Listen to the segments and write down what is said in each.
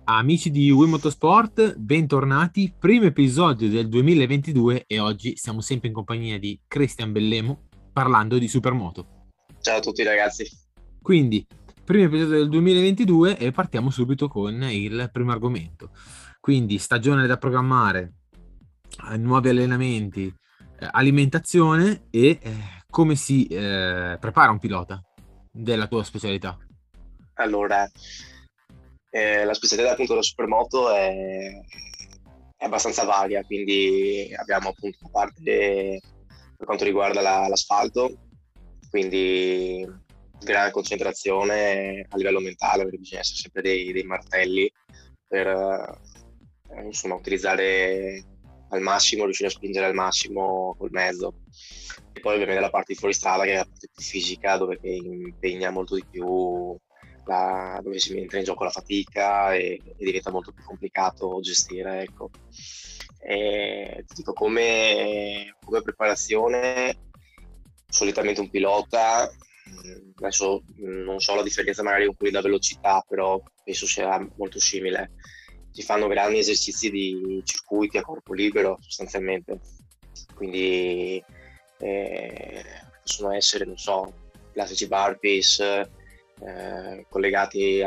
Amici di Wii Motorsport, bentornati, primo episodio del 2022 e oggi siamo sempre in compagnia di Christian Bellemo parlando di Supermoto. Ciao a tutti ragazzi. Quindi, primo episodio del 2022 e partiamo subito con il primo argomento. Quindi, stagione da programmare, nuovi allenamenti, alimentazione e come si prepara un pilota della tua specialità. Allora, la specialità appunto della Supermoto è abbastanza varia, quindi abbiamo appunto una parte per quanto riguarda l'asfalto, quindi gran concentrazione a livello mentale, perché bisogna essere sempre dei martelli per insomma, utilizzare al massimo, riuscire a spingere al massimo col mezzo. E poi ovviamente la parte di fuoristrada che è la parte più fisica, dove che impegna molto di più, dove si entra in gioco la fatica e diventa molto più complicato gestire, ecco. E ti dico, come preparazione, solitamente un pilota, adesso non so la differenza magari con quelli da velocità, però penso sia molto simile. Si fanno grandi esercizi di circuiti a corpo libero sostanzialmente, quindi possono essere, non so, classici burpees collegati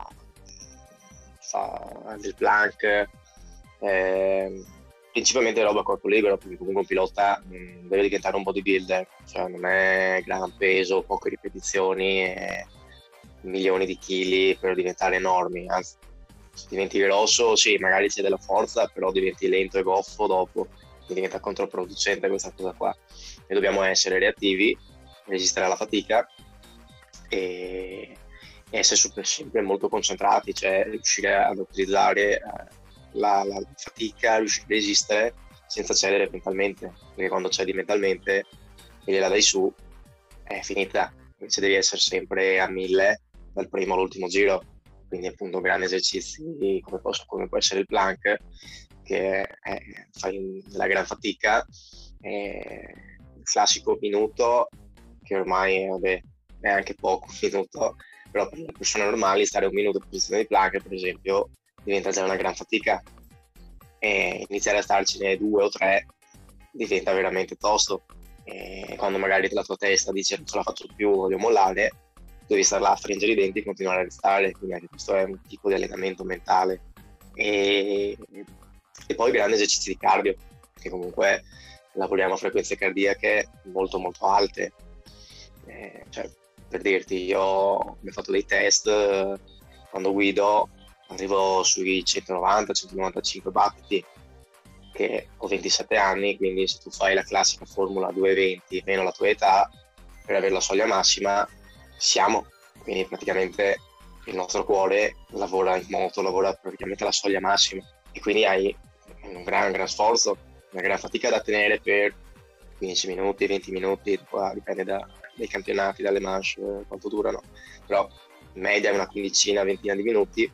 del plank, eh, principalmente roba a corpo libero, perché comunque un pilota deve diventare un bodybuilder, cioè non è gran peso, poche ripetizioni e milioni di chili per diventare enormi, anzi se diventi grosso sì, magari c'è della forza, però diventi lento e goffo dopo, mi diventa controproducente questa cosa qua. E dobbiamo essere reattivi, resistere alla fatica e essere sempre molto concentrati, cioè riuscire ad utilizzare la fatica, riuscire a resistere senza cedere mentalmente, perché quando cedi mentalmente e gliela dai su è finita, invece devi essere sempre a 1000 dal primo all'ultimo giro, quindi appunto grandi esercizi come può essere il plank, che fai la gran fatica, il classico minuto, che ormai vabbè, è anche poco un minuto, però per le persone normali stare un minuto in posizione di plank, per esempio, diventa già una gran fatica, e iniziare a starcene due o tre diventa veramente tosto. E quando magari la tua testa dice non ce la faccio più, voglio mollare, devi stare là a stringere i denti e continuare a restare, quindi anche questo è un tipo di allenamento mentale. E, e poi grandi esercizi di cardio, che comunque lavoriamo a frequenze cardiache molto molto alte. Cioè, per dirti, io ho fatto dei test quando guido, arrivo sui 190-195 battiti, che ho 27 anni, quindi se tu fai la classica formula 220 meno la tua età, per avere la soglia massima, siamo. Quindi praticamente il nostro cuore lavora in moto, lavora praticamente alla soglia massima e quindi hai un gran sforzo, una gran fatica da tenere per 15 minuti, 20 minuti, poi dipende dai campionati, dalle manche, quanto durano, però in media una quindicina, ventina di minuti,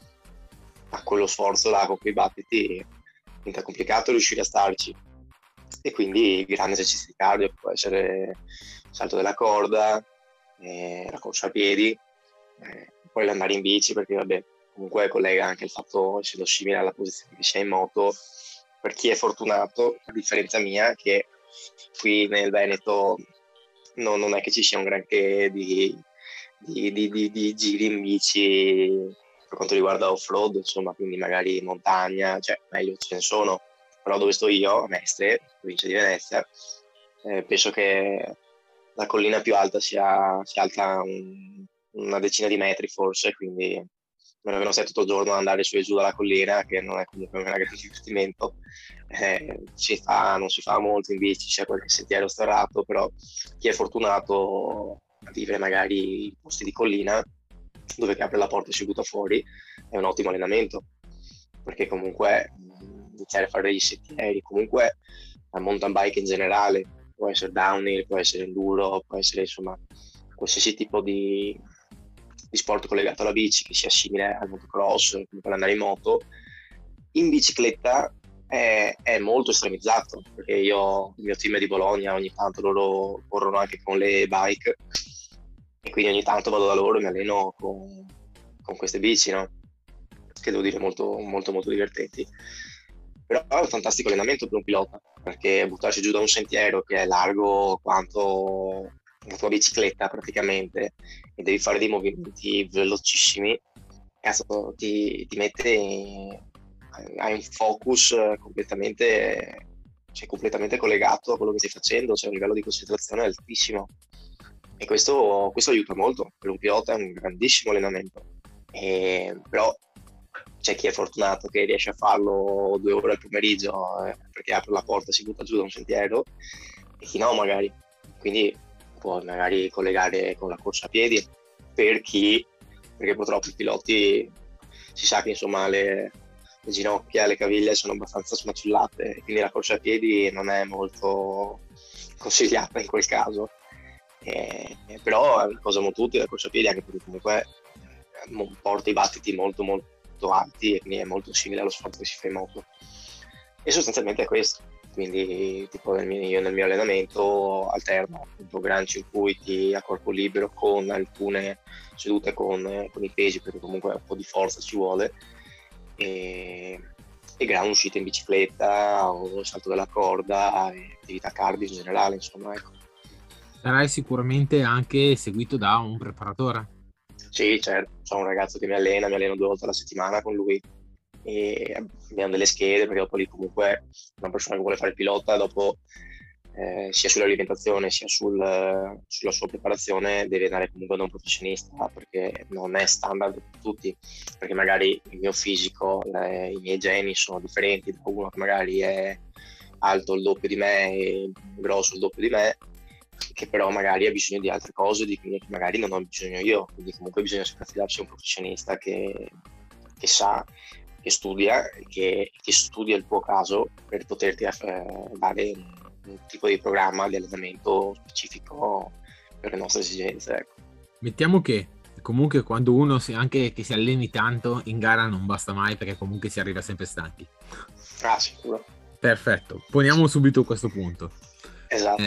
a quello sforzo là con quei battiti diventa complicato riuscire a starci. E quindi grandi esercizi di cardio, può essere il salto della corda, la corsa a piedi, poi l'andare in bici, perché vabbè, comunque collega anche il fatto, essendo simile alla posizione che si è in moto, per chi è fortunato, a differenza mia, che qui nel Veneto non è che ci sia un granché di giri in bici per quanto riguarda off-road, insomma, quindi magari montagna, cioè meglio ce ne sono, però dove sto io, a Mestre, provincia di Venezia, penso che la collina più alta si alta una decina di metri forse, quindi a meno che non stai tutto il giorno ad andare su e giù dalla collina, che non è comunque un grande divertimento, non si fa molto in bici, c'è qualche sentiero sterrato, però chi è fortunato a vivere magari in posti di collina, dove che apre la porta e si butta fuori, è un ottimo allenamento, perché comunque iniziare a fare degli sentieri, comunque la mountain bike in generale, può essere downhill, può essere enduro, può essere insomma qualsiasi tipo di sport collegato alla bici che sia simile al motocross, comunque all'andare in moto, in bicicletta è molto estremizzato, perché il mio team è di Bologna, ogni tanto loro corrono anche con le bike e quindi ogni tanto vado da loro e mi alleno con queste bici, no? che devo dire molto, molto, molto divertenti. Però è un fantastico allenamento per un pilota, perché buttarsi giù da un sentiero che è largo quanto la tua bicicletta praticamente, e devi fare dei movimenti velocissimi, cazzo, ti mette, hai un focus completamente, cioè, completamente collegato a quello che stai facendo, c'è un livello di concentrazione altissimo. E questo aiuta molto, per un pilota è un grandissimo allenamento. Però c'è chi è fortunato che riesce a farlo 2 ore al pomeriggio, perché apre la porta e si butta giù da un sentiero, e chi no magari. Quindi può magari collegare con la corsa a piedi, perché purtroppo i piloti si sa che insomma le ginocchia, le caviglie sono abbastanza smaciullate, quindi la corsa a piedi non è molto consigliata in quel caso. Però è una cosa molto utile la corsa a piedi, anche perché comunque porta i battiti molto molto alti, e quindi è molto simile allo sforzo che si fa in moto. E sostanzialmente è questo. Quindi tipo io nel mio allenamento alterno appunto gran circuiti a corpo libero con alcune sedute con i pesi, perché comunque un po' di forza ci vuole, e gran uscite in bicicletta o salto della corda e attività cardio in generale, insomma, ecco. Sarai sicuramente anche seguito da un preparatore. Sì, certo, sono un ragazzo che mi alleno 2 volte alla settimana con lui, e abbiamo delle schede, perché dopo lì comunque una persona che vuole fare il pilota, dopo sia sull'alimentazione sia sulla sua preparazione deve andare comunque da un professionista, perché non è standard per tutti, perché magari il mio fisico, i miei geni sono differenti da uno che magari è alto il doppio di me e grosso il doppio di me, che però magari ha bisogno di altre cose di cui magari non ho bisogno io, quindi comunque bisogna sempre affidarsi a un professionista che sa, che studia, che studia il tuo caso per poterti dare un tipo di programma di allenamento specifico per le nostre esigenze, ecco. Mettiamo che comunque quando uno anche che si alleni tanto in gara non basta mai, perché comunque si arriva sempre stanchi. Ah, sicuro. Perfetto, poniamo subito questo punto. Esatto.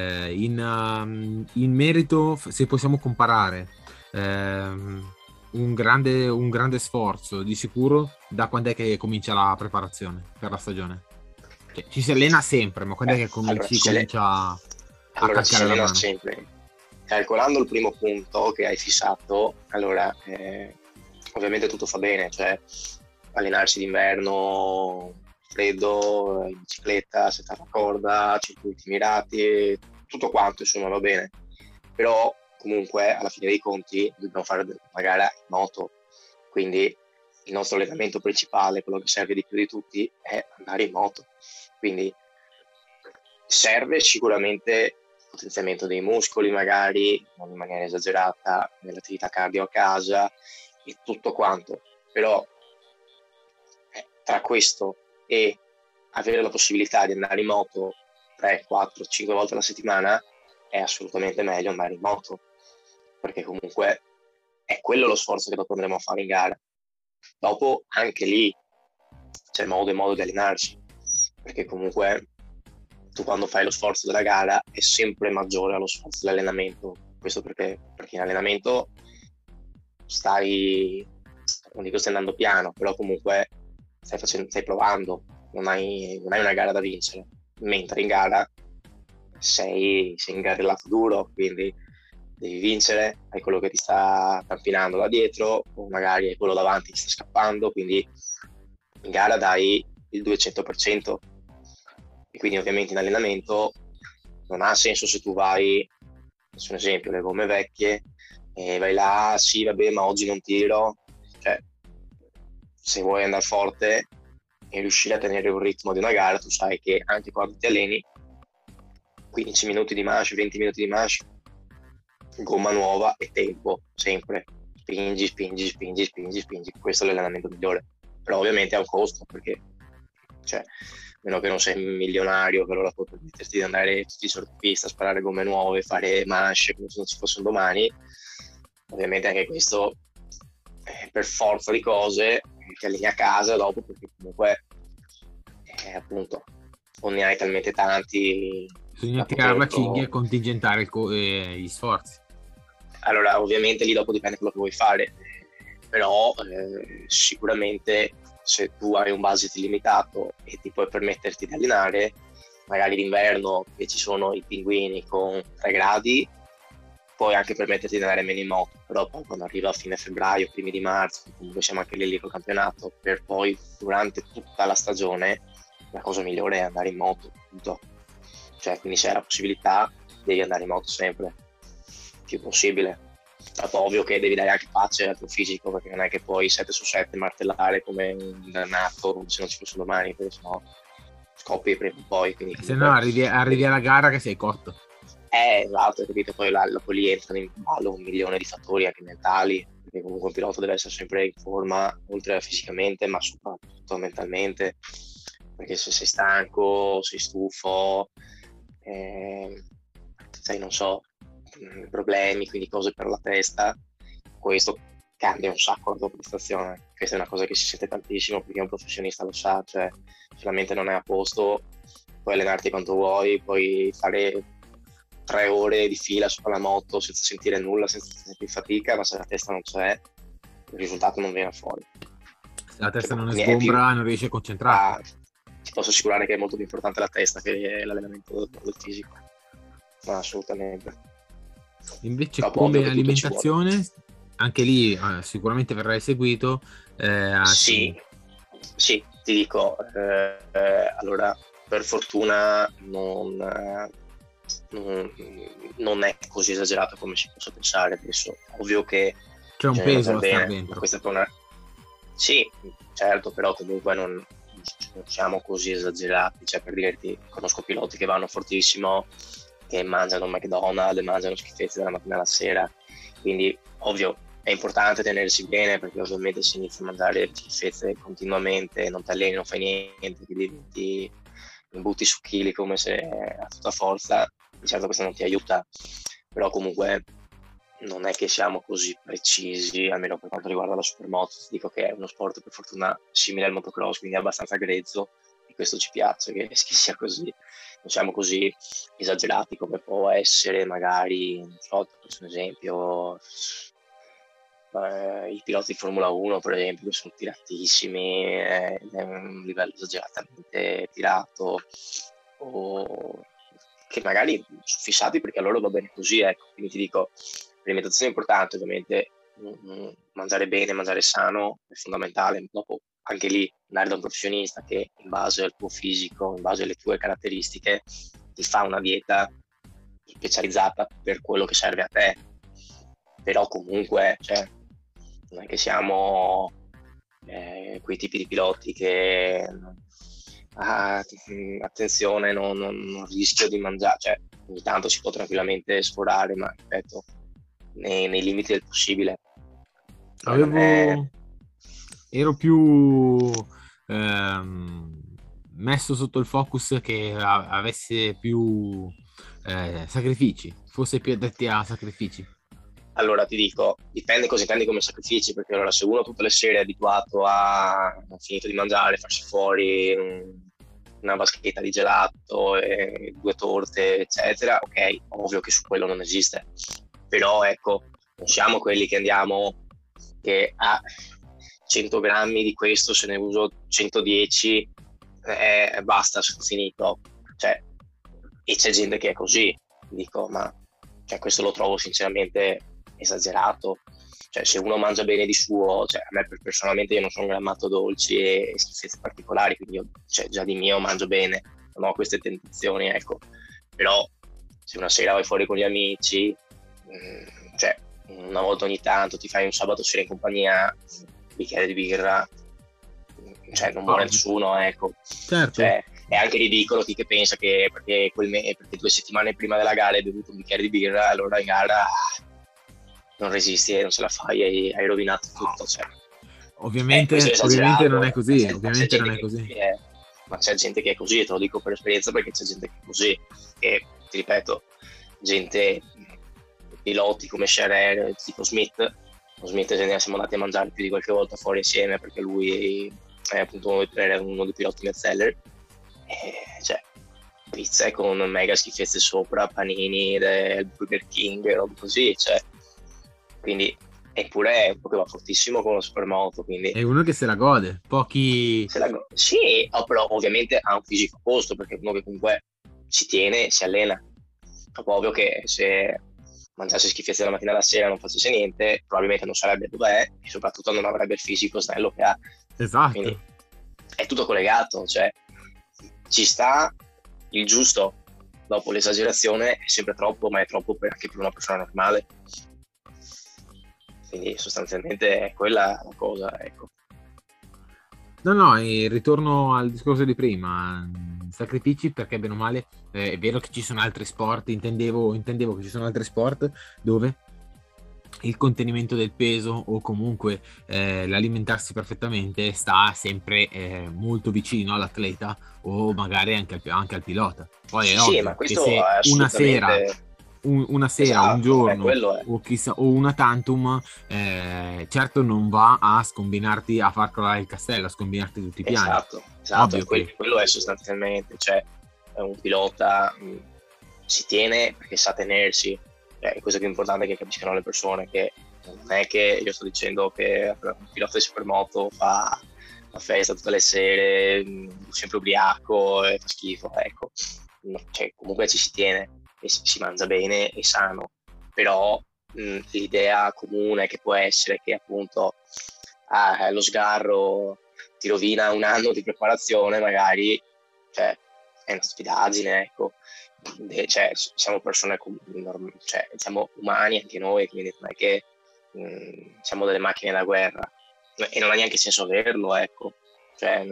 In merito, se possiamo comparare un grande sforzo, di sicuro, da quando è che comincia la preparazione per la stagione? Cioè, ci si allena sempre, ma quando è che comincia a ci si calcare la allena mano? sempre. Calcolando il primo punto che hai fissato, allora ovviamente tutto fa bene, cioè allenarsi d'inverno, freddo, in bicicletta, settare la corda, circuiti mirati, tutto quanto, insomma, va bene. Però comunque alla fine dei conti dobbiamo fare una gara in moto, quindi il nostro allenamento principale, quello che serve di più di tutti, è andare in moto. Quindi serve sicuramente potenziamento dei muscoli, magari non in maniera esagerata, nell'attività cardio a casa e tutto quanto, però tra questo e avere la possibilità di andare in moto 3, 4, 5 volte alla settimana è assolutamente meglio andare in moto, perché comunque è quello lo sforzo che dopo andremo a fare in gara. Dopo anche lì c'è modo e modo di allenarsi, perché comunque tu quando fai lo sforzo della gara è sempre maggiore allo sforzo dell'allenamento. Questo perché in allenamento non dico stai andando piano, però comunque stai provando, non hai una gara da vincere, mentre in gara sei ingarellato duro, quindi devi vincere, hai quello che ti sta tampinando da dietro, o magari hai quello davanti che sta scappando, quindi in gara dai il 200%. E quindi ovviamente in allenamento non ha senso se tu vai, faccio un esempio, le gomme vecchie, e vai là, sì vabbè ma oggi non tiro, cioè se vuoi andare forte e riuscire a tenere un ritmo di una gara, tu sai che anche quando ti alleni 15 minuti di manche, 20 minuti di manche, gomma nuova e tempo, sempre spingi, questo è l'allenamento migliore. Però ovviamente ha un costo, perché cioè, meno che non sei milionario, che allora puoi permetterti di andare tutti i giorni in pista, sparare gomme nuove, fare manche come se non ci fosse un domani. Ovviamente anche questo per forza di cose ti alleni a casa dopo, perché comunque appunto non ne hai talmente tanti Bisogna da tirare la poterlo. cinghia e contingentare gli sforzi. Allora ovviamente lì dopo dipende quello che vuoi fare. però sicuramente se tu hai un budget limitato e ti puoi permetterti di allenare, magari d'inverno che ci sono i pinguini con 3 gradi, puoi anche permetterti di andare meno in moto, però poi quando arriva a fine febbraio, primi di marzo, comunque siamo anche lì col campionato, per poi durante tutta la stagione la cosa migliore è andare in moto, punto. Cioè, quindi se hai la possibilità devi andare in moto sempre, il più possibile. Dopo, ovvio che devi dare anche pace al tuo fisico, perché non è che puoi 7 su 7 martellare come un dannato se non ci fosse domani, perché sennò scoppi prima o poi. Quindi Se no arrivi alla gara che sei cotto. Esatto, capito? Poi dopo lì entrano in ballo 1 milione di fattori anche mentali, perché comunque un pilota deve essere sempre in forma, oltre a fisicamente, ma soprattutto mentalmente, perché se sei stanco, sei stufo, sai, non so, problemi, quindi cose per la testa, questo cambia un sacco la tua prestazione. Questa è una cosa che si sente tantissimo, perché un professionista lo sa, cioè se la mente non è a posto, puoi allenarti quanto vuoi, puoi fare 3 ore di fila sopra la moto senza sentire nulla, senza sentire fatica, ma se la testa non c'è, il risultato non viene fuori. Se la testa non è Quindi sgombra, non riesci a concentrarti. ti posso assicurare che è molto più importante la testa che l'allenamento del fisico. Ma assolutamente. Invece Dopo, ovvio come che tutto ci vuole. alimentazione, anche lì sicuramente verrai seguito. Sì, sì, ti dico, allora per fortuna non è così esagerato come si possa pensare adesso. Ovvio che c'è un bisogna peso mangiare da star bene, ma dentro. questa è una... Sì, certo, però comunque non siamo così esagerati, cioè per dirti, conosco piloti che vanno fortissimo, che mangiano McDonald's, mangiano schifezze dalla mattina alla sera, quindi ovvio è importante tenersi bene, perché ovviamente se inizi a mangiare schifezze continuamente, non ti alleni, non fai niente, ti diventi, butti su chili come se a tutta forza, di certo questo non ti aiuta, però comunque non è che siamo così precisi, almeno per quanto riguarda la supermoto. Ti dico che è uno sport per fortuna simile al motocross, quindi è abbastanza grezzo, e questo ci piace che sia così. Non siamo così esagerati come può essere magari, non so, faccio un esempio, i piloti di Formula 1 per esempio, che sono tiratissimi, è un livello esageratamente tirato, o che magari sono fissati perché a loro va bene così, ecco. Quindi ti dico, l'alimentazione è importante, ovviamente, mangiare bene, mangiare sano è fondamentale. Dopo anche lì andare da un professionista che in base al tuo fisico, in base alle tue caratteristiche, ti fa una dieta specializzata per quello che serve a te. Però comunque, cioè, non è che siamo quei tipi di piloti che attenzione, non rischio di mangiare, cioè ogni tanto si può tranquillamente sforare, ma ripeto, nei limiti del possibile. Cioè, non è... Ero più messo sotto il focus che avesse più sacrifici, fosse più addetti a sacrifici. Allora ti dico, dipende cosa intendi come sacrifici, perché allora se uno tutte le sere è abituato a finito di mangiare, farsi fuori una vaschetta di gelato, 2 torte, eccetera, ok, ovvio che su quello non esiste. Però ecco, non siamo quelli che andiamo che a 100 grammi di questo se ne uso 110 basta, sono finito. Cioè, e c'è gente che è così, dico, ma cioè, questo lo trovo sinceramente esagerato. Cioè, se uno mangia bene di suo, cioè, a me personalmente io non sono un grammato dolci e schifezze particolari, quindi io, cioè, già di mio mangio bene, non ho queste tentazioni, ecco. Però se una sera vai fuori con gli amici, cioè una volta ogni tanto ti fai un sabato sera in compagnia, un bicchiere di birra, cioè non muore nessuno, ecco. Certo. Cioè, è anche ridicolo chi che pensa che perché 2 settimane prima della gara hai bevuto un bicchiere di birra, allora in gara non resisti e non ce la fai, hai rovinato tutto. Cioè, Ovviamente non è così, ovviamente non è così. Ma c'è gente che è così, te lo dico per esperienza, perché c'è gente che è così, e ti ripeto, gente, piloti come Scherer, tipo Smith ce ne siamo andati a mangiare più di qualche volta fuori insieme, perché lui è appunto era uno dei piloti Metzeler, cioè pizze con mega schifezze sopra, panini del Burger King, roba così, cioè, quindi eppure è un po' che va fortissimo con lo supermoto, quindi È uno che se la gode, pochi... sì, però ovviamente ha un fisico a posto, perché è uno che comunque si tiene, si allena. È ovvio che se mangiasse schifezze dalla mattina alla sera e non facesse niente, probabilmente non sarebbe dov'è e soprattutto non avrebbe il fisico snello che ha. Quindi Esatto. è tutto collegato, cioè ci sta il giusto. Dopo l'esagerazione è sempre troppo, ma è troppo anche per una persona normale. Quindi sostanzialmente è quella la cosa, ecco. No, e ritorno al discorso di prima, sacrifici perché bene o male è vero che ci sono altri sport, intendevo che ci sono altri sport dove il contenimento del peso o comunque l'alimentarsi perfettamente sta sempre molto vicino all'atleta o magari anche al pilota. Poi è Sì, ma ovvio che questo se è assolutamente una sera, un esatto, è giorno quello è. o chissà, o una tantum, certo non va a scombinarti, a far crollare il castello, a scombinarti tutti i piani. Esatto, Ovvio che quello è sostanzialmente, cioè un pilota si tiene perché sa tenersi, è questo che è importante che capiscano le persone, che non è che io sto dicendo che un pilota di supermoto fa la festa tutte le sere, sempre ubriaco e fa schifo, ecco. No, cioè, comunque ci si tiene e si mangia bene e sano, però l'idea comune che può essere che appunto lo sgarro ti rovina un anno di preparazione, magari, cioè, è una stupidaggine, ecco. Cioè, siamo persone, cioè, siamo umani anche noi, quindi non è che siamo delle macchine da guerra e non ha neanche senso averlo, ecco. Cioè,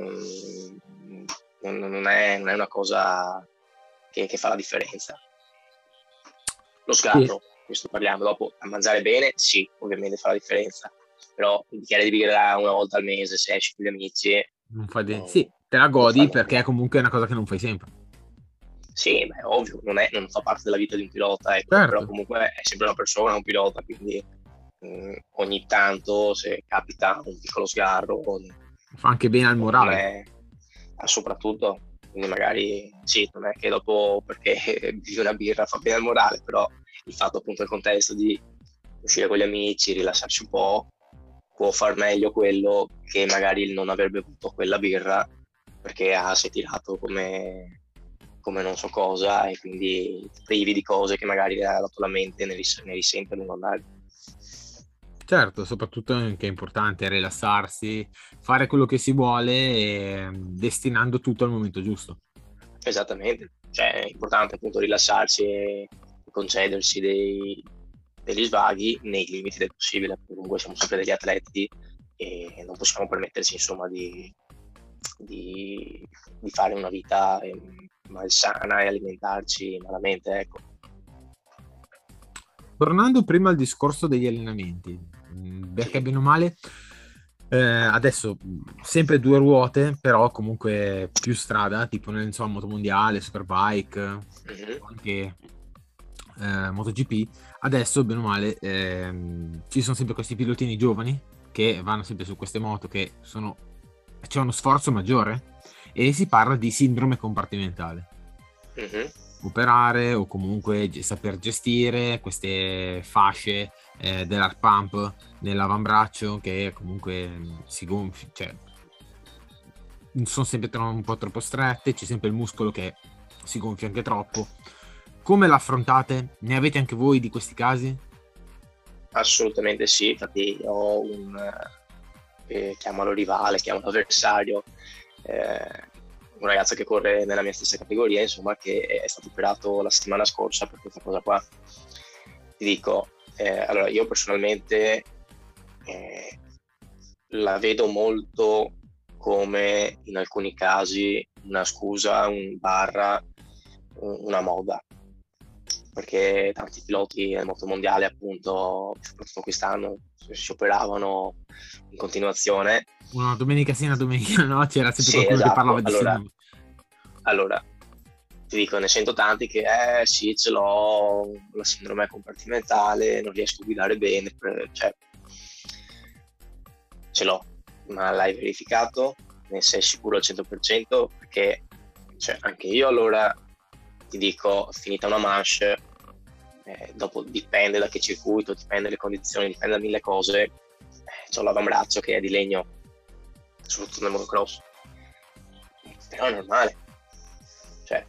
non è una cosa che fa la differenza. Lo sì, sgarro, questo parliamo, dopo a mangiare bene, sì, ovviamente fa la differenza, però il bicchiere di birra una volta al mese, se esci con gli amici, non fa non, sì, te la non fa godi perché è nulla. comunque una cosa che non fai sempre. Sì, beh, ovvio, non fa parte della vita di un pilota, ecco, però Certo, comunque è sempre una persona, un pilota, quindi ogni tanto se capita un piccolo sgarro fa anche bene al non morale. è soprattutto, quindi magari sì, non è che dopo perché bevi una birra fa bene al morale, però il fatto appunto del contesto di uscire con gli amici, rilassarsi un po', può far meglio quello che magari il non aver bevuto quella birra perché si è tirato come non so cosa e quindi ti privi di cose che magari ha dato la mente, ne risente a lungo andare. Certo, soprattutto che è importante rilassarsi, fare quello che si vuole e destinando tutto al momento giusto. Esattamente, cioè è importante appunto rilassarsi e concedersi degli svaghi nei limiti del possibile, perché comunque siamo sempre degli atleti e non possiamo permetterci insomma di fare una vita malsana e alimentarci malamente, ecco. Tornando prima al discorso degli allenamenti, perché Sì. bene o male, adesso sempre due ruote, però comunque più strada, tipo nel insomma, motomondiale, superbike, Mhm. anche MotoGP, adesso bene o male ci sono sempre questi pilotini giovani che vanno sempre su queste moto che sono, c'è uno sforzo maggiore e si parla di sindrome compartimentale. Mhm. Operare o comunque saper gestire queste fasce dell'arm pump nell'avambraccio che comunque si gonfia, cioè sono sempre un po' troppo strette, c'è sempre il muscolo che si gonfia anche troppo. Come l'affrontate? Ne avete anche voi di questi casi? Assolutamente sì, infatti ho chiamalo rivale, chiamalo avversario, un ragazzo che corre nella mia stessa categoria, insomma, che è stato operato la settimana scorsa per questa cosa qua. Ti dico, allora io personalmente eh, la vedo molto come in alcuni casi una scusa, una moda, perché tanti piloti nel motomondiale appunto, soprattutto quest'anno, si operavano in continuazione. Una domenica sì, una domenica no, c'era sempre Sì, qualcuno che parlava esatto. di Allora, sindrome. allora ti dico, ne sento tanti che sì, ce l'ho, la sindrome compartimentale, non riesco a guidare bene, cioè ce l'ho, ma l'hai verificato? Ne sei sicuro al 100%? Perché cioè, anche io allora ti dico, finita una manche, dopo dipende da che circuito, dipende dalle condizioni, dipende da mille cose. C'ho l'avambraccio che è di legno, soprattutto nel motocross, però è normale, cioè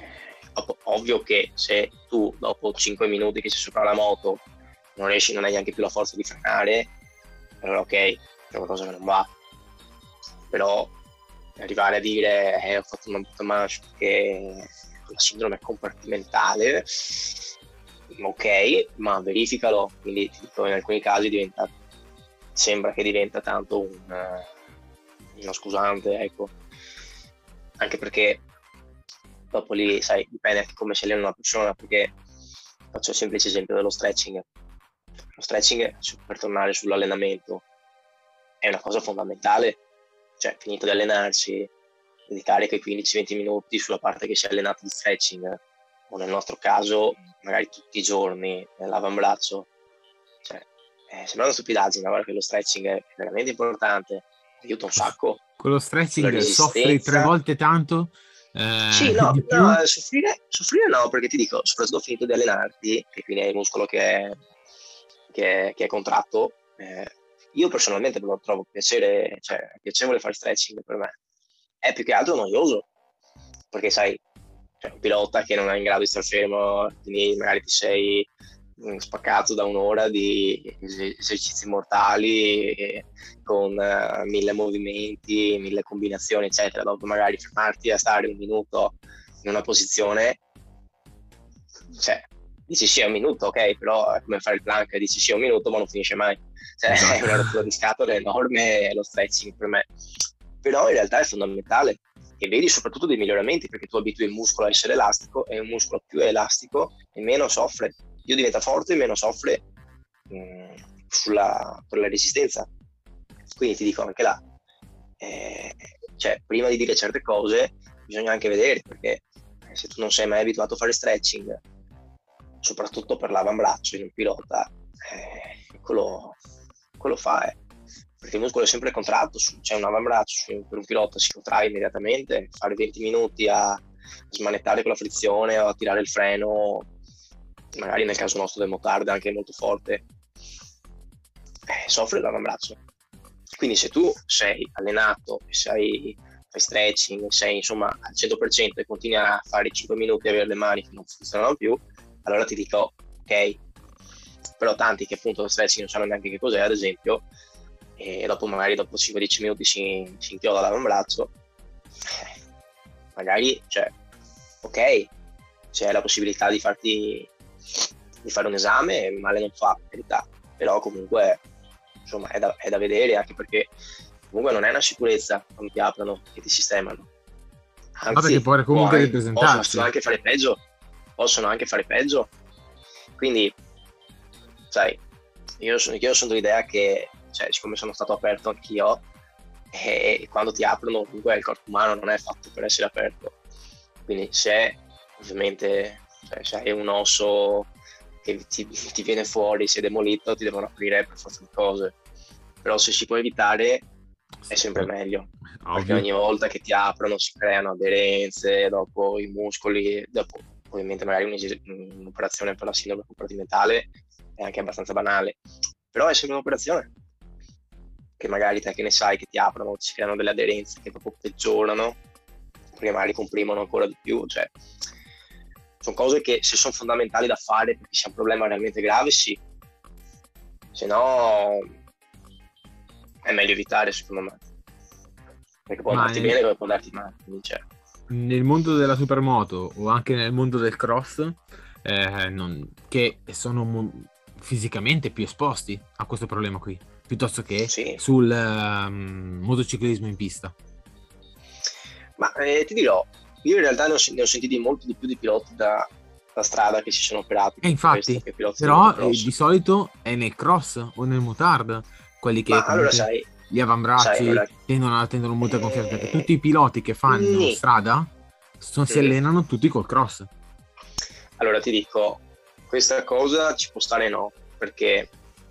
ovvio che se tu dopo 5 minuti che sei sopra la moto non hai neanche più la forza di frenare, allora ok, c'è qualcosa che non va. Però arrivare a dire ho fatto una brutta manche perché la sindrome compartimentale, ok, ma verificalo. Quindi ti dico, in alcuni casi sembra che diventa tanto uno scusante, ecco, anche perché dopo lì, sai, dipende anche come si allena una persona, perché faccio il semplice esempio dello stretching. Lo stretching, per tornare sull'allenamento, è una cosa fondamentale, cioè finito di allenarsi, dedicare quei 15-20 minuti sulla parte che si è allenato di stretching, o nel nostro caso magari tutti i giorni nell'avambraccio, cioè sembra una stupidaggine, ma guarda che lo stretching è veramente importante, aiuta un sacco. Con lo stretching soffri 3 volte tanto sì, no, di più? no, soffrire no, perché ti dico, soprattutto finito di allenarti, che quindi hai il muscolo che è contratto, io personalmente lo trovo piacevole fare stretching per me. È più che altro noioso, perché sai, c'è un pilota che non è in grado di stare fermo, quindi magari ti sei spaccato da un'ora di esercizi mortali con 1000 movimenti, 1000 combinazioni, eccetera. Dopo magari fermarti a stare un minuto in una posizione, cioè dici sì è un minuto, ok, però è come fare il plank, dici sì è un minuto ma non finisce mai, cioè Esatto. è una rottura di scatole enorme lo stretching per me, però in realtà è fondamentale e vedi soprattutto dei miglioramenti, perché tu abitui il muscolo a essere elastico e un muscolo più elastico e meno soffre, più diventa forte e meno soffre per la resistenza. Quindi ti dico anche là, cioè prima di dire certe cose bisogna anche vedere, perché se tu non sei mai abituato a fare stretching, soprattutto per l'avambraccio in un pilota, quello fa, perché il muscolo è sempre contratto, c'è un avambraccio per un pilota, si contrae immediatamente, fare 20 minuti a smanettare con la frizione o a tirare il freno, magari nel caso nostro del motard anche molto forte, soffre l'avambraccio. Quindi se tu sei allenato e fai stretching, sei insomma al 100% e continui a fare 5 minuti e avere le mani che non funzionano più, allora ti dico ok. Però tanti che appunto lo stretching non sanno neanche che cos'è, ad esempio, e dopo 5-10 minuti si inchioda l'avambraccio, magari, cioè, ok, c'è la possibilità di fare un esame, male non fa, per carità, però comunque insomma è da vedere, anche perché comunque non è una sicurezza quando ti aprono, che ti sistemano, anzi Può comunque ripresentarsi. possono anche fare peggio, quindi sai, io sono dell'idea che, cioè, siccome sono stato aperto anch'io, e quando ti aprono comunque il corpo umano non è fatto per essere aperto, quindi se ovviamente, cioè, se hai un osso che ti viene fuori, si è demolito, ti devono aprire per forza di cose, però se si può evitare è sempre meglio. Ovvio. Perché ogni volta che ti aprono si creano aderenze, dopo i muscoli, dopo ovviamente magari un'operazione per la sindrome compartimentale è anche abbastanza banale, però è sempre un'operazione che magari te che ne sai che ti aprono, si creano delle aderenze che proprio peggiorano, perché magari comprimono ancora di più, cioè sono cose che se sono fondamentali da fare perché sia un problema realmente grave, sì, se no è meglio evitare, secondo me, perché può andarti bene come può andarti male, quindi c'è. Nel mondo della supermoto o anche nel mondo del cross, che sono fisicamente più esposti a questo problema qui, piuttosto che sul motociclismo in pista. Ma ti dirò, io in realtà ne ho sentiti molto di più di piloti da strada che si sono operati. Infatti, però di solito è nel cross o nel motard quelli che gli avambracci tendono molto a gonfiare, perché tutti i piloti che fanno strada si allenano tutti col cross. Allora ti dico, questa cosa ci può stare no, perché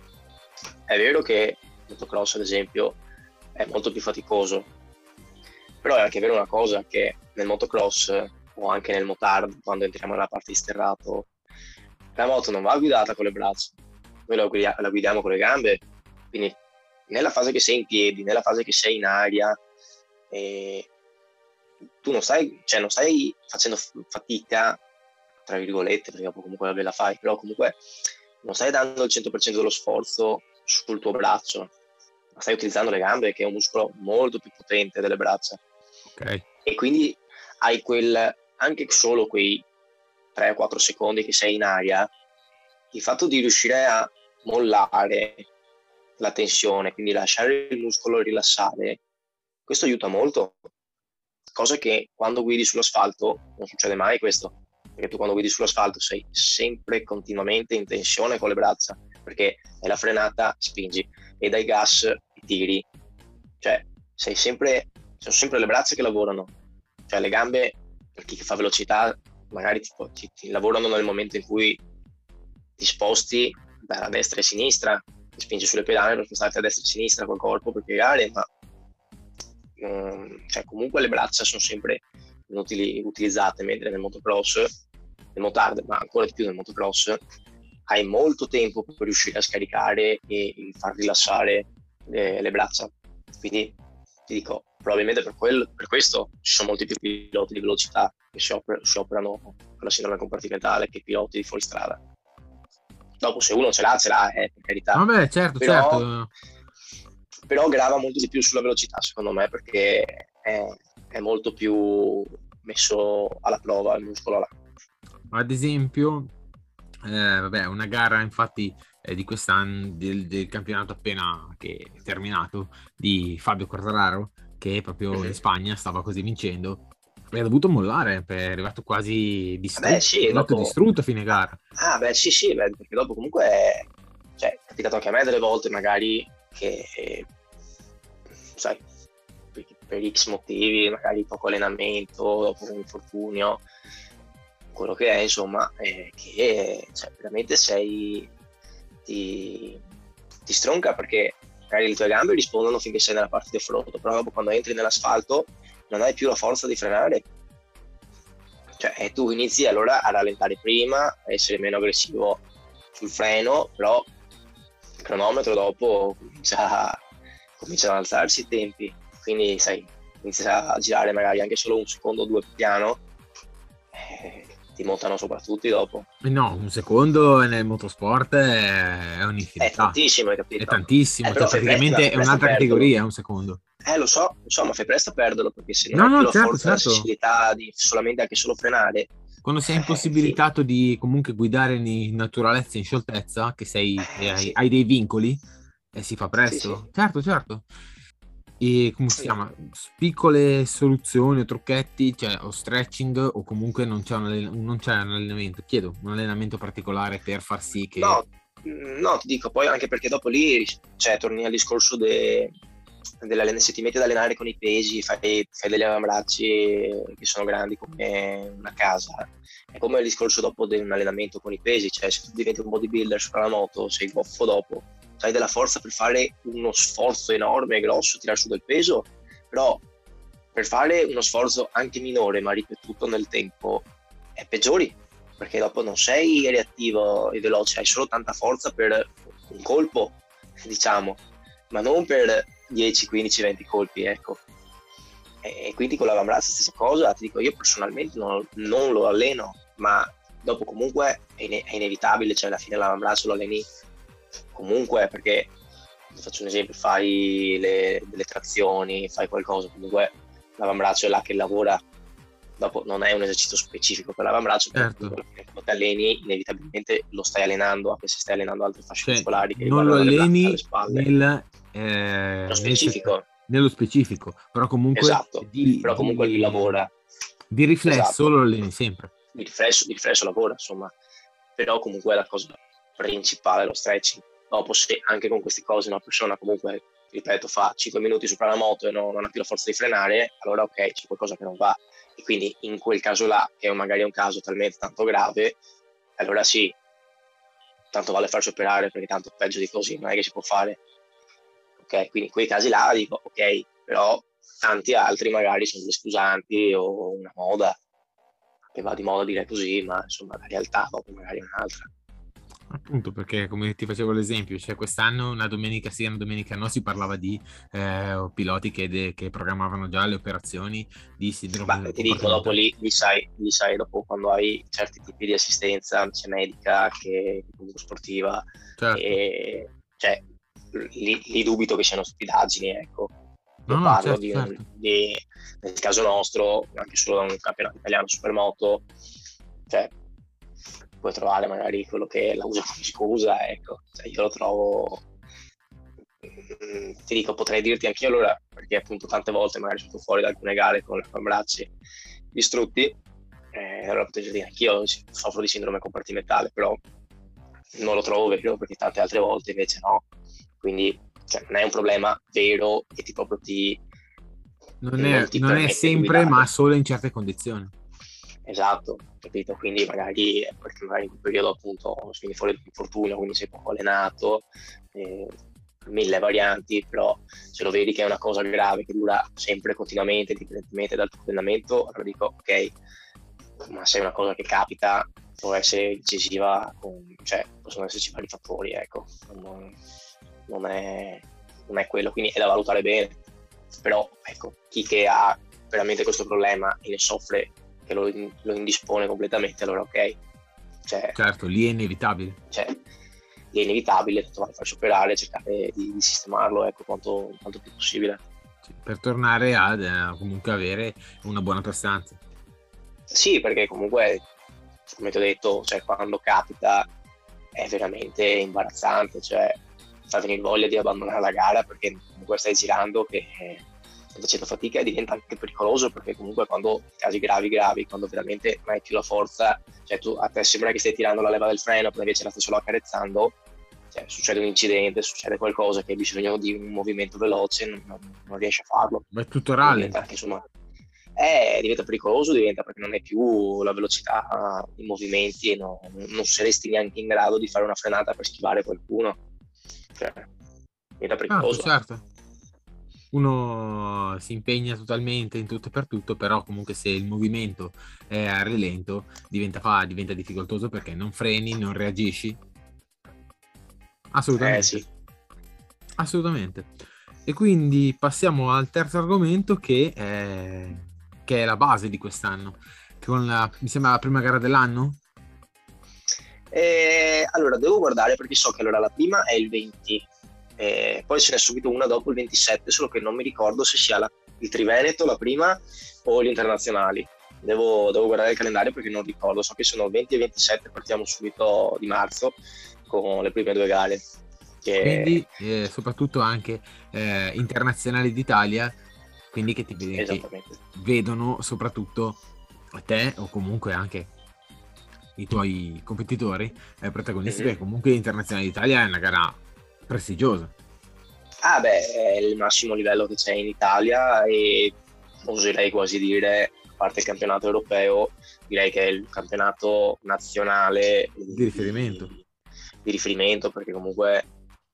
è vero che il motocross ad esempio è molto più faticoso, però è anche vero una cosa, che nel motocross o anche nel motard, quando entriamo nella parte di sterrato, la moto non va guidata con le braccia, noi la guidiamo con le gambe, quindi nella fase che sei in piedi, nella fase che sei in aria, eh, tu non stai facendo fatica, tra virgolette, perché dopo comunque la la fai, però comunque non stai dando il 100% dello sforzo sul tuo braccio, ma stai utilizzando le gambe, che è un muscolo molto più potente delle braccia. Ok. E quindi hai anche solo quei 3-4 secondi che sei in aria, il fatto di riuscire a mollare la tensione, quindi lasciare il muscolo rilassare, questo aiuta molto, cosa che quando guidi sull'asfalto non succede mai questo, perché tu quando guidi sull'asfalto sei sempre continuamente in tensione con le braccia, perché è la frenata, spingi, e dai gas tiri, cioè sono sempre le braccia che lavorano, cioè le gambe, per chi fa velocità, magari ti lavorano nel momento in cui ti sposti da destra e sinistra, ti spingi sulle pedane per spostarti a destra e sinistra col corpo per piegare, ma cioè comunque le braccia sono sempre utilizzate, mentre nel motocross, nel motard, ma ancora di più nel motocross, hai molto tempo per riuscire a scaricare e far rilassare le braccia. Quindi ti dico, probabilmente per questo ci sono molti più piloti di velocità che si operano con la sindrome compartimentale che piloti di fuoristrada. Dopo se uno ce l'ha, per carità. Vabbè, certo, Però, certo. però grava molto di più sulla velocità, secondo me, perché è molto più messo alla prova il muscolo là. Ad esempio, vabbè, una gara infatti di quest'anno del campionato appena che è terminato di Fabio Quartararo, che proprio in Spagna stava così vincendo, e ha dovuto mollare, è arrivato quasi Beh, distrutto, è sì, arrivato dopo... distrutto a fine gara. Beh, sì, sì, beh, perché dopo comunque... Cioè, è capitato anche a me delle volte, magari, che... sai, per X motivi, magari poco allenamento, dopo un infortunio, quello che è, insomma, che cioè, veramente ti, ti stronca perché magari le tue gambe rispondono finché sei nella parte di off-road, però dopo quando entri nell'asfalto non hai più la forza di frenare. Cioè, e tu inizi allora a rallentare prima, a essere meno aggressivo sul freno, però il cronometro dopo comincia ad alzarsi i tempi, quindi sai, inizia a girare magari anche solo un secondo o due piano, ti montano sopra tutti dopo. No, un secondo nel motorsport è È un'infinità, tantissimo, hai è capito? tantissimo, cioè Però praticamente fai è presto a un'altra perderlo. categoria, un secondo. Lo so, ma fai presto a perderlo perché se non No, hai più no, la certo, forza e la certo. sensibilità di solamente anche solo frenare, Quando sei sì, impossibilitato di comunque guidare in naturalezza, in scioltezza, che sì, hai dei vincoli, si fa sì, sì. presto. Certo, certo. E come si chiama? Piccole soluzioni o trucchetti, cioè o stretching o comunque non c'è un allenamento. Chiedo un allenamento particolare per far sì che... No, no, ti dico, poi anche perché dopo lì, cioè, torni al discorso se ti metti ad allenare con i pesi, fai degli avambracci che sono grandi come una casa. È come il discorso dopo di un allenamento con i pesi, cioè se tu diventi un bodybuilder sopra la moto, sei goffo dopo, hai della forza per fare uno sforzo enorme e grosso, tirare su del peso, però per fare uno sforzo anche minore ma ripetuto nel tempo peggiori, perché dopo non sei reattivo e veloce, hai solo tanta forza per un colpo, diciamo, ma non per 10, 15, 20 colpi, ecco. E quindi con l'avambraccio stessa cosa, ti dico, io personalmente non lo alleno, ma dopo comunque è inevitabile, cioè alla fine l'avambraccio lo alleni comunque perché, faccio un esempio, fai delle trazioni, fai qualcosa, comunque l'avambraccio è là che lavora. Dopo non è un esercizio specifico per l'avambraccio, però Certo, comunque quando ti alleni inevitabilmente lo stai allenando, anche se stai allenando altre fasce cioè muscolari che non lo riguardano le braccia, le alleni spalle. Nello specifico, nello specifico, però comunque esatto, però comunque lui lavora, di riflesso esatto, lo alleni sempre. di riflesso lavora, insomma, però comunque è la cosa principale lo stretching. Dopo se anche con queste cose una persona comunque, ripeto, fa 5 minuti sopra la moto e non ha più la forza di frenare, allora ok, c'è qualcosa che non va. E quindi in quel caso là, che è magari un caso talmente tanto grave, allora sì, tanto vale farsi operare perché tanto peggio di così non è che si può fare. Ok, quindi in quei casi là dico ok, però tanti altri magari sono delle scusanti o una moda, che va di moda dire così, ma insomma la realtà dopo magari è un'altra. Appunto, perché come ti facevo l'esempio, cioè quest'anno una domenica sì, una domenica no, si parlava di piloti che programmavano già le operazioni di Ma sindrome ti dico, dopo comportamentale. li sai dopo quando hai certi tipi di assistenza, sia medica che comunque sportiva, Certo, e cioè li dubito che siano stupidaggini, ecco. Io no, no, parlo certo, certo. nel caso nostro, anche solo da un campionato italiano supermoto, cioè puoi trovare magari quello che la usa come scusa, ecco. Cioè, io lo trovo, ti dico, potrei dirti anch'io allora, perché appunto tante volte magari sono fuori da alcune gare con i bracci distrutti, allora potrei dire anch'io soffro di sindrome compartimentale, però non lo trovo vero perché tante altre volte invece no. Quindi cioè, non è un problema vero che non ti Non è permette di sempre, ma guidare. solo in certe condizioni. Esatto, capito? Quindi magari, perché magari in quel periodo appunto vieni fuori l'infortunio, quindi sei poco allenato, eh, mille varianti, però se lo vedi che è una cosa grave che dura sempre continuamente, indipendentemente dal tuo allenamento, allora dico ok, ma se è una cosa che capita può essere decisiva, cioè possono esserci vari fattori, ecco, non è, non è quello, quindi è da valutare bene, però ecco, chi che ha veramente questo problema e ne soffre che lo indispone completamente, allora ok, cioè, Certo, lì è inevitabile. cioè è inevitabile farsi operare, cercare di sistemarlo, ecco, quanto più possibile. Sì, per tornare ad comunque avere una buona prestanza. Sì, perché comunque, come ti ho detto, cioè, quando capita è veramente imbarazzante, cioè fa venire voglia di abbandonare la gara perché comunque stai girando che stai facendo fatica e diventa anche pericoloso perché comunque quando casi gravi, quando veramente non hai più la forza, cioè a te sembra che stai tirando la leva del freno, poi invece la stai solo accarezzando, cioè, succede un incidente, succede qualcosa che hai bisogno di un movimento veloce, non riesci a farlo. Ma è tutto Quindi rallent. diventa anche insomma diventa pericoloso, diventa perché non hai più la velocità di movimenti e non saresti neanche in grado di fare una frenata per schivare qualcuno. Cioè, diventa Certo, pericoloso. certo. Uno si impegna totalmente in tutto e per tutto, però comunque se il movimento è a rilento diventa difficoltoso perché non freni, non reagisci. Assolutamente, Sì. assolutamente. E quindi passiamo al terzo argomento che è la base di quest'anno, mi sembra la prima gara dell'anno? Allora, devo guardare perché so che allora la prima è il 20, poi ce n'è subito una dopo il 27, solo che non mi ricordo se sia il Triveneto la prima o gli internazionali. Devo guardare il calendario perché non ricordo, so che sono 20 e 27, partiamo subito di marzo con le prime due gare. Che... Quindi soprattutto anche internazionali d'Italia, quindi che Esattamente. vedono soprattutto te o comunque anche i tuoi competitori protagonisti, Mhm. perché comunque l'Internazionale d'Italia è una gara prestigiosa. Ah beh, è il massimo livello che c'è in Italia e oserei quasi dire, a parte il campionato europeo, direi che è il campionato nazionale Di riferimento. di riferimento perché comunque,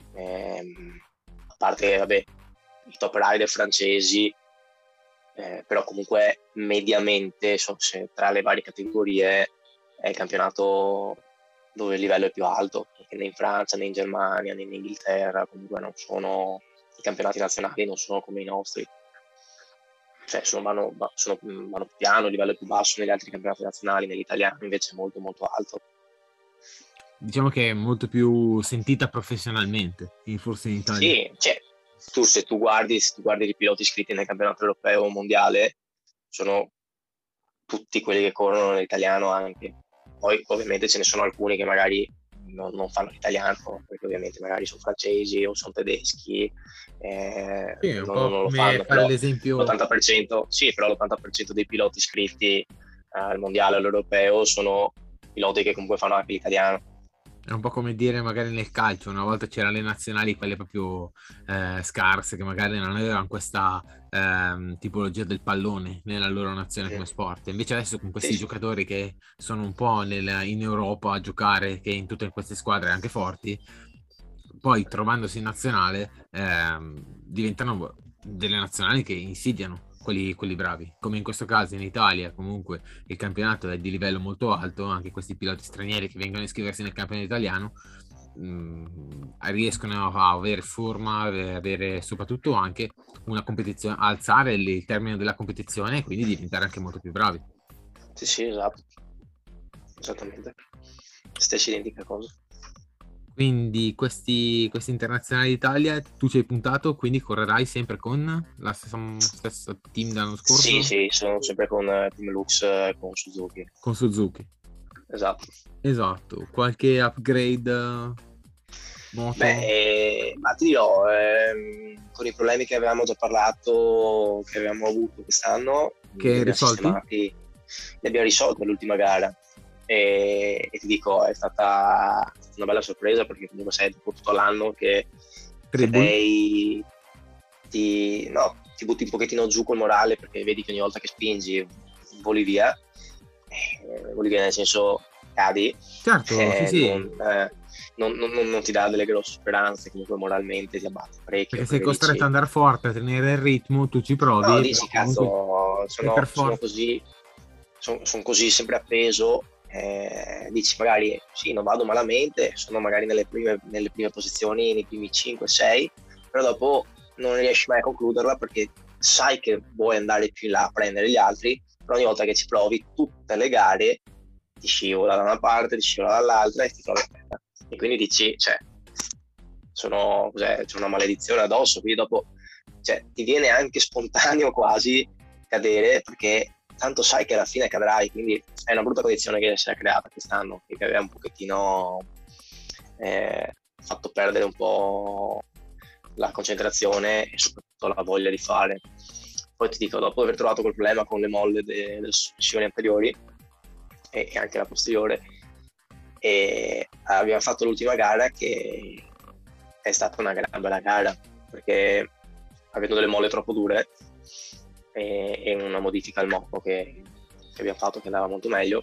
a parte vabbè, i top rider francesi, però comunque mediamente tra le varie categorie è il campionato dove il livello è più alto, perché né in Francia, né in Germania, né in Inghilterra, comunque non sono, i campionati nazionali non sono come i nostri, cioè vanno piano, il livello è più basso negli altri campionati nazionali, nell'italiano invece è molto molto alto. Diciamo che è molto più sentita professionalmente, forse in Italia. Sì, cioè, se tu guardi i piloti iscritti nel campionato europeo o mondiale, sono tutti quelli che corrono nell'italiano anche. Poi ovviamente ce ne sono alcuni che magari non fanno l'italiano, perché ovviamente magari sono francesi o sono tedeschi, Sì, è un po' non lo come fanno, fare però l'esempio. l'80%, sì, però l'80% dei piloti iscritti al mondiale o all'europeo sono piloti che comunque fanno anche l'italiano. È un po' come dire magari nel calcio, una volta c'erano le nazionali, quelle proprio scarse, che magari non avevano questa tipologia del pallone nella loro nazione come Mm. sport. Invece adesso con Sì, questi sì. giocatori che sono un po' in Europa a giocare, che in tutte queste squadre anche forti, poi trovandosi in nazionale diventano delle nazionali che insidiano quelli bravi. Come in questo caso in Italia, comunque il campionato è di livello molto alto, anche questi piloti stranieri che vengono a iscriversi nel campionato italiano riescono a avere forma, avere soprattutto anche una competizione, alzare il termine della competizione e quindi diventare anche molto più bravi. Sì, esatto. Esattamente. Stessa identica cosa. Quindi questi internazionali d'Italia tu ci hai puntato, quindi correrai sempre con la stessa team dell'anno scorso? Sì, sono sempre con Team Lux, con Suzuki. Con Suzuki. Esatto. Esatto. Qualche upgrade moto? Ma ti dirò, con i problemi che avevamo già parlato, che avevamo avuto quest'anno, Che li hai abbiamo risolti? sistemati, li abbiamo risolti all'ultima gara. E ti dico, è stata una bella sorpresa, perché comunque sai, dopo tutto l'anno che Red Bull? lei ti butti un pochettino giù col morale, perché vedi che ogni volta che spingi voli via nel senso cadi, Certo, sì, sì. non ti dà delle grosse speranze, comunque moralmente ti abbatte parecchio, Perché sei perché costretto dici, ad andare forte, a tenere il ritmo, tu ci no, provi, però dici comunque cazzo, sei per sono forza. così, son così sempre appeso, dici magari sì, non vado malamente, sono magari nelle prime posizioni, nei primi 5-6, però dopo non riesci mai a concluderla, perché sai che vuoi andare più in là a prendere gli altri, però ogni volta che ci provi, tutte le gare ti scivola da una parte, ti scivola dall'altra e ti trovi a terra. E quindi dici, cioè, c'è una maledizione addosso, quindi dopo, cioè, ti viene anche spontaneo quasi cadere, perché tanto sai che alla fine cadrai, quindi è una brutta condizione che si è creata quest'anno, che aveva un pochettino fatto perdere un po' la concentrazione e soprattutto la voglia di fare. Poi ti dico, dopo aver trovato quel problema con le molle delle sessioni anteriori e anche la posteriore, e abbiamo fatto l'ultima gara, che è stata una gran bella gara, perché avendo delle molle troppo dure e una modifica al moto che abbiamo fatto, che andava molto meglio,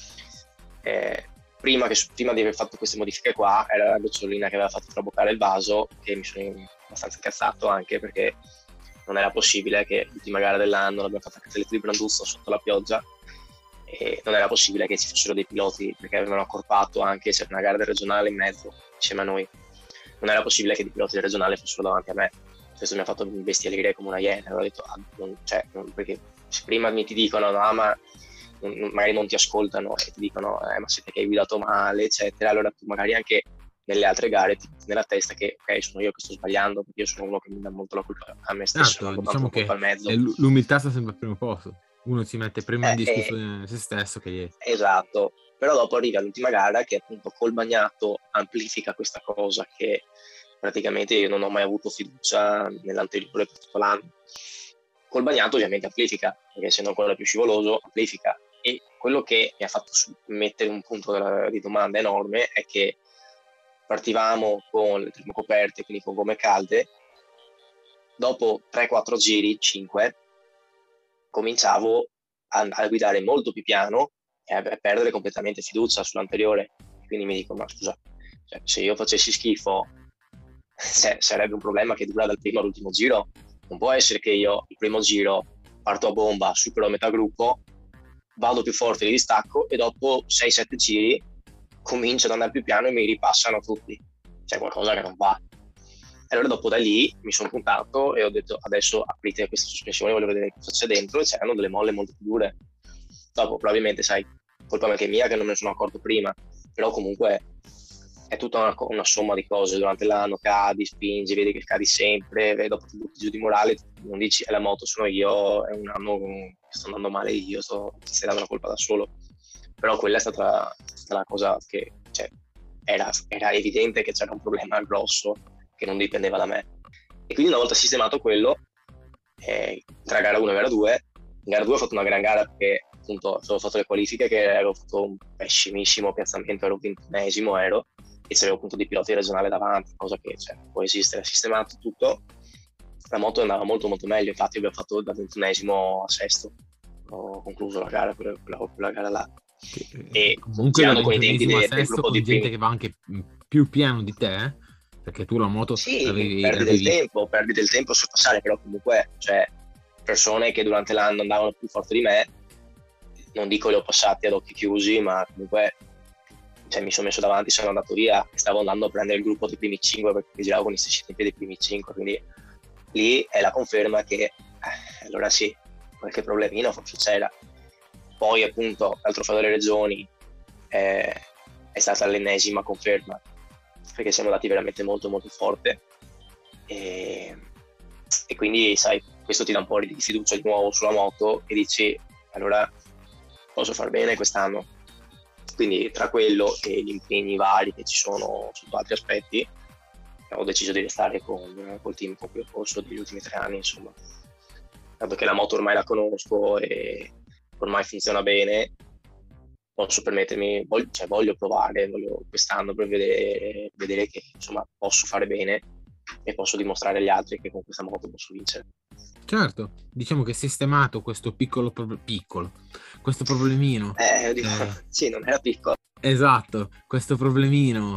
prima di aver fatto queste modifiche qua, era la gocciolina che aveva fatto traboccare il vaso, che mi sono abbastanza incazzato, anche perché non era possibile che l'ultima gara dell'anno l'abbiamo fatta a Castelletto di Branduzzo sotto la pioggia, e non era possibile che ci fossero dei piloti, perché avevano accorpato anche, c'era una gara del regionale in mezzo insieme a noi, non era possibile che i piloti del regionale fossero davanti a me. Questo mi ha fatto imbestialire come una iena. Ho detto, perché prima ti dicono no, ma magari non ti ascoltano e ti dicono ma siete che hai guidato male, eccetera, allora tu magari anche nelle altre gare ti metti nella testa che ok, sono io che sto sbagliando, perché io sono uno che mi dà molto la colpa a me stesso, non Certo, do tanto diciamo la colpa che al mezzo. l'umiltà sta sempre al primo posto. Uno si mette prima in Eh, discussione se stesso che... Esatto, però dopo arriva l'ultima gara che appunto col bagnato amplifica questa cosa, che praticamente io non ho mai avuto fiducia nell'anteriore per tutto l'anno. Col bagnato ovviamente amplifica, perché essendo ancora più scivoloso amplifica, e quello che mi ha fatto mettere un punto di domanda enorme è che partivamo con le termocoperte, quindi con gomme calde, dopo 3-4 giri, 5, cominciavo a guidare molto più piano e a perdere completamente fiducia sull'anteriore. Quindi mi dico, ma scusa, cioè, se io facessi schifo, sarebbe un problema che dura dal primo all'ultimo giro. Non può essere che io il primo giro parto a bomba, supero a metà gruppo, vado più forte di distacco e dopo 6-7 giri comincio ad andare più piano e mi ripassano tutti. C'è qualcosa che non va. Allora dopo da lì mi sono puntato e ho detto adesso aprite queste sospensioni, voglio vedere cosa c'è dentro, e c'erano delle molle molto più dure. Dopo probabilmente sai, colpa anche mia che non me ne sono accorto prima, però comunque è tutta una somma di cose durante l'anno, cadi, spingi, vedi che cadi sempre, vedi, dopo ti butti giù di morale, non dici è la moto, sono io, è un anno che sto andando male io, ti stai dando la colpa da solo. Però quella è stata la cosa che, cioè, era evidente che c'era un problema grosso che non dipendeva da me. E quindi una volta sistemato quello, tra gara 1 e gara 2, in gara 2 ho fatto una gran gara, perché appunto avevo fatto le qualifiche che avevo fatto un pessimissimo piazzamento, ero 21esimo, e c'avevo appunto dei piloti regionali davanti, cosa che può esistere. Sistemato tutto, la moto andava molto molto meglio, infatti abbiamo fatto da 21esimo a sesto, ho concluso la gara, quella gara là. E Comunque da girando con i tempi 21esimo a del sesto gruppo con di gente primi. che va anche più piano di te, perché tu la moto Sì, l'avevi... perdi del tempo a sorpassare, però comunque, cioè, persone che durante l'anno andavano più forte di me, non dico li ho passati ad occhi chiusi, ma comunque cioè, mi sono messo davanti, sono andato via e stavo andando a prendere il gruppo dei primi 5 perché giravo con i stessi tempi dei primi 5, quindi lì è la conferma che allora sì, qualche problemino forse c'era. Poi appunto al Trofeo delle Regioni è stata l'ennesima conferma, perché siamo andati veramente molto molto forte e quindi sai, questo ti dà un po' di fiducia di nuovo sulla moto e dici allora posso far bene quest'anno. Quindi tra quello e gli impegni vari che ci sono sotto altri aspetti, ho deciso di restare col team con cui ho corso degli ultimi 3 anni, insomma. Dato che la moto ormai la conosco e ormai funziona bene, posso permettermi, voglio provare, voglio quest'anno per vedere che insomma posso fare bene e posso dimostrare agli altri che con questa moto posso vincere. Certo, diciamo che sistemato questo questo problemino. Sì, non era piccolo. Esatto, questo problemino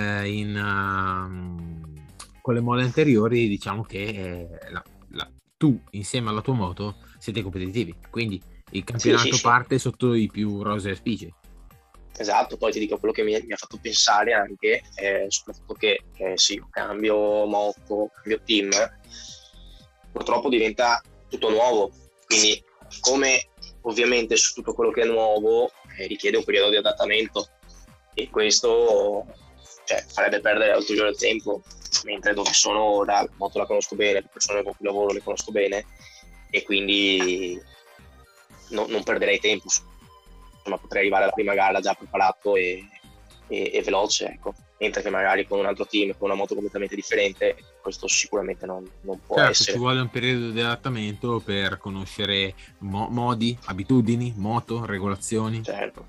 con le molle anteriori, diciamo che tu insieme alla tua moto siete competitivi, quindi il campionato Sì. parte sotto i più rosei auspici. Esatto, poi ti dico quello che mi ha fatto pensare anche, soprattutto che sì, cambio moto, cambio team, purtroppo diventa tutto nuovo, quindi come ovviamente su tutto quello che è nuovo richiede un periodo di adattamento e questo farebbe perdere altro giorno il tempo, mentre dove sono ora la moto la conosco bene, le persone con cui lavoro le conosco bene e quindi non perderei tempo, insomma potrei arrivare alla prima gara già preparato e veloce, ecco. Mentre che magari con un altro team, con una moto completamente differente, questo sicuramente non può Certo, essere. ci vuole un periodo di adattamento per conoscere modi, abitudini, moto, regolazioni. Certo.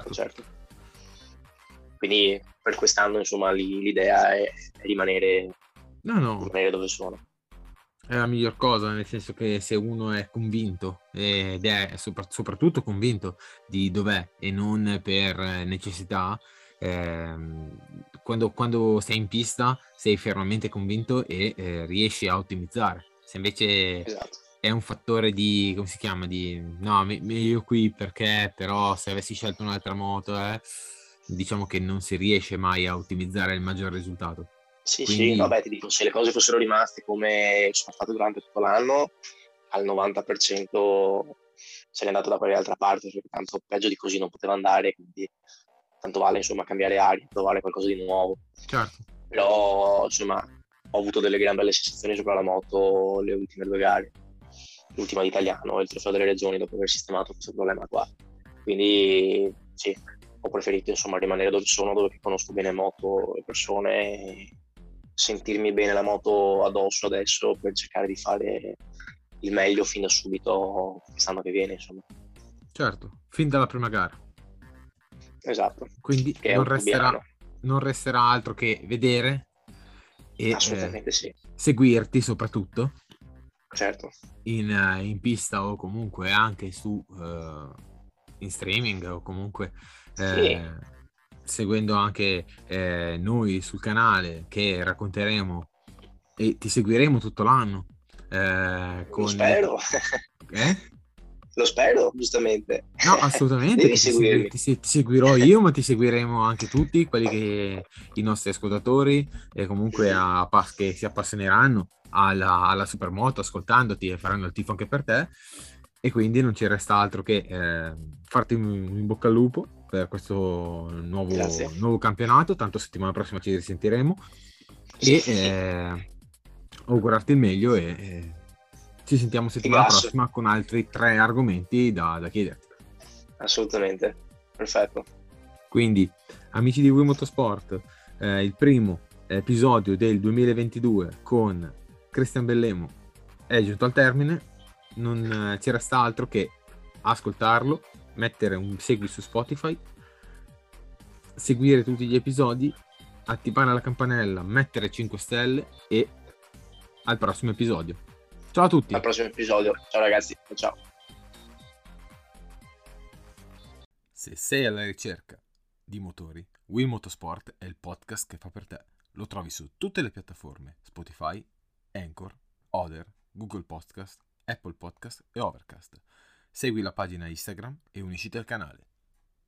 Quindi per quest'anno insomma l'idea è rimanere No, dove sono. è la miglior cosa, nel senso che se uno è convinto ed è soprattutto convinto di dov'è e non per necessità, quando sei in pista sei fermamente convinto e riesci a ottimizzare. Se invece Esatto. è un fattore di, come si chiama, di no, meglio qui perché però se avessi scelto un'altra moto, diciamo che non si riesce mai a ottimizzare il maggior risultato. Sì, Quindi vabbè, ti dico, se le cose fossero rimaste come sono state durante tutto l'anno, al 90% se n'è andato da qualche altra parte, perché tanto peggio di così non poteva andare, quindi tanto vale insomma cambiare aria, provare qualcosa di nuovo. certo. Però insomma ho avuto delle gran belle sensazioni sopra la moto le ultime 2 gare, l'ultima di Italiano e il Trofeo delle Regioni dopo aver sistemato questo problema qua. Quindi sì, ho preferito insomma rimanere dove sono, dove conosco bene moto e persone e sentirmi bene la moto addosso adesso per cercare di fare il meglio fin da subito quest'anno che viene, insomma. Certo, fin dalla prima gara. Esatto, Quindi che è un piano. non resterà altro che vedere e Assolutamente sì, seguirti soprattutto certo. in pista o comunque anche in streaming o comunque Sì, seguendo anche noi sul canale che racconteremo e ti seguiremo tutto l'anno lo con spero. Eh? Lo spero, giustamente. No, assolutamente Devi che seguirmi. ti seguirò io, ma ti seguiremo anche tutti, i nostri ascoltatori e comunque che si appassioneranno alla supermoto ascoltandoti e faranno il tifo anche per te. E quindi non ci resta altro che farti in bocca al lupo per questo Grazie. nuovo campionato. Tanto settimana prossima ci risentiremo e augurarti il meglio e ci sentiamo settimana Figasso. prossima con altri 3 argomenti da chiederti. Assolutamente. Perfetto. Quindi, amici di Wii Motorsport, il primo episodio del 2022 con Cristian Bellemo è giunto al termine. Non ci resta altro che ascoltarlo, mettere un segui su Spotify, seguire tutti gli episodi, attivare la campanella, mettere 5 stelle e al prossimo episodio. Ciao a tutti! Al prossimo episodio. Ciao ragazzi. Ciao. Se sei alla ricerca di motori, Wii Motorsport è il podcast che fa per te. Lo trovi su tutte le piattaforme: Spotify, Anchor, Other, Google Podcast, Apple Podcast e Overcast. Segui la pagina Instagram e unisciti al canale.